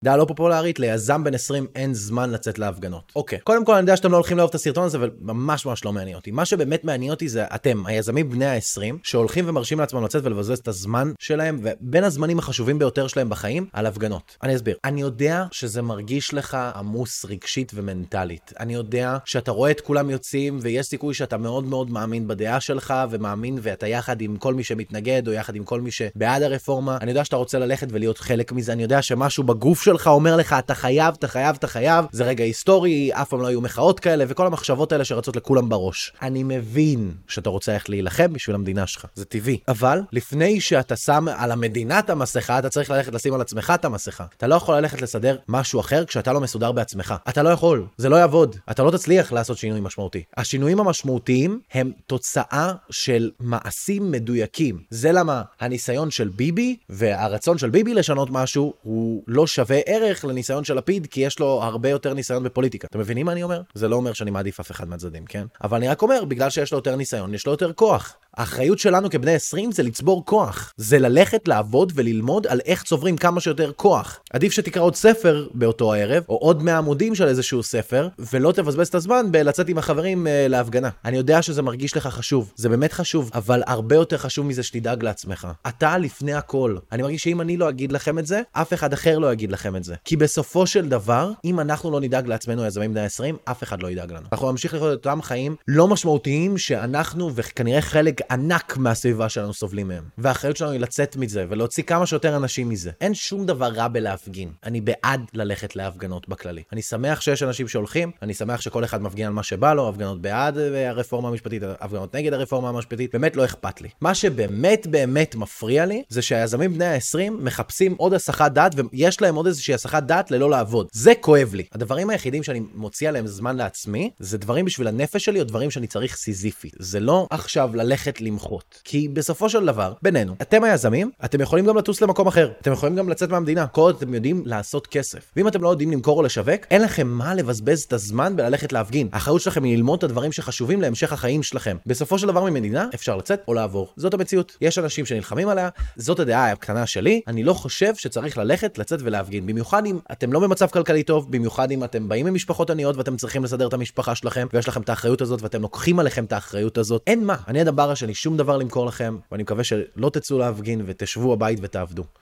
דעה לא פופולרית, ליזם בן 20 אין זמן לצאת להפגנות. אוקיי, קודם כל אני יודע שאתם לא הולכים לאהוב את הסרטון הזה, אבל ממש לא מעניין אותי. מה שבאמת מעניין אותי זה אתם, היזמים בני ה-20, שהולכים ומרשים לעצמם לצאת ולבזבז את הזמן שלהם, ובין הזמנים החשובים ביותר שלהם בחיים, על הפגנות. אני אסביר. אני יודע שזה מרגיש לך עמוס רגשית ומנטלית. אני יודע שאתה רואה את כולם יוצאים, ויש סיכוי שאתה מאוד מאוד מאמין בדעה שלך, ומאמין ואתה יחד עם כל מי שמתנגד, או יחד עם כל מי שבעד הרפורמה. אני יודע שאתה רוצה ללכת ולהיות חלק מזה. אני יודע שמשהו בגוף שלך אומר לך, אתה חייב. זה רגע היסטורי, אף פעם לא היו מחאות כאלה, וכל המחשבות האלה שרצות לכולם בראש. אני מבין שאתה רוצה איך להילחם בשביל המדינה שלך. זה טבעי. אבל לפני שאתה שם על המדינה את המסכה, אתה צריך ללכת לשים על עצמך את המסכה. אתה לא יכול ללכת לסדר משהו אחר כשאתה לא מסודר בעצמך. אתה לא יכול. זה לא יעבוד. אתה לא תצליח לעשות שינוי משמעותי. השינויים המשמעותיים הם תוצאה של מעשים מדויקים. זה למה הניסיון של ביבי והרצון של ביבי לשנות משהו הוא לא שווה ערך לניסיון של לפיד, כי יש לו הרבה יותר ניסיון בפוליטיקה. אתם מבינים מה אני אומר? זה לא אומר שאני מעדיף אף אחד מהצדדים, כן? אבל אני רק אומר, בגלל שיש לו יותר ניסיון, יש לו יותר כוח. האחריות שלנו כבני 20 זה לצבור כוח. זה ללכת לעבוד וללמוד על איך צוברים כמה שיותר כוח. עדיף שתקרא עוד ספר באותו הערב, או עוד 100 עמודים של איזשהו ספר, ולא תבזבז את הזמן בלצאת עם החברים להפגנה. אני יודע שזה מרגיש לך חשוב. זה באמת חשוב, אבל הרבה יותר חשוב מזה שתדאג לעצמך. אתה לפני הכל. אני מרגיש שאם אני לא אגיד לכם את זה, אף אחד אחר לא יגיד לכם את זה. כי בסופו של דבר, אם אנחנו לא נדאג לעצמנו, יזמים בני 20, אף אחד לא ידאג לנו. אנחנו נמשיך לחיות את אותם חיים לא משמעותיים שאנחנו וכנראה חלק ענק מהסביבה שלנו סובלים מהם. והאחריות שלנו היא לצאת מזה ולהוציא כמה שיותר אנשים מזה. אין שום דבר רע בלהפגין. אני בעד ללכת להפגנות בכללי. אני שמח שיש אנשים שהולכים, אני שמח שכל אחד מפגין על מה שבא לו, הפגנות בעד הרפורמה המשפטית, הפגנות נגד הרפורמה המשפטית, באמת לא אכפת לי. מה שבאמת מפריע לי, זה שהיזמים בני ה-20 מחפשים עוד הסחת דעת, ויש להם עוד איזושהי הסחת דעת ללא לעבוד. זה כואב לי. הדברים היחידים שאני מוציא עליהם זמן לעצמי, זה דברים בשביל הנפש שלי, או דברים שאני צריך סיזיפית. זה לא עכשיו ללכת למחות. כי בסופו של דבר, בינינו, אתם היזמים, אתם יכולים גם לטוס למקום אחר. אתם יכולים גם לצאת מהמדינה. כל עוד אתם יודעים לעשות כסף. ואם אתם לא יודעים למכור או לשווק, אין לכם מה לבזבז את הזמן בללכת להפגין. האחריות שלכם היא ללמוד את הדברים שחשובים להמשך החיים שלכם. בסופו של דבר ממדינה אפשר לצאת או לעבור. זאת המציאות. יש אנשים שנלחמים עליה. זאת הדעה הקטנה שלי. אני לא חושב שצריך לצאת ולהפגין. במיוחד אם אתם לא במצב כלכלי טוב, במיוחד אם אתם באים ממשפחות עניות ואתם צריכים לסדר את המשפחה שלכם, ויש לכם את האחריות הזאת ואתם לוקחים עליכם את האחריות הזאת. אין מה. אני הדבר שלי שום דבר למכור לכם, ואני מקווה שלא תצאו להפגין ותשבו הבית ותעבדו.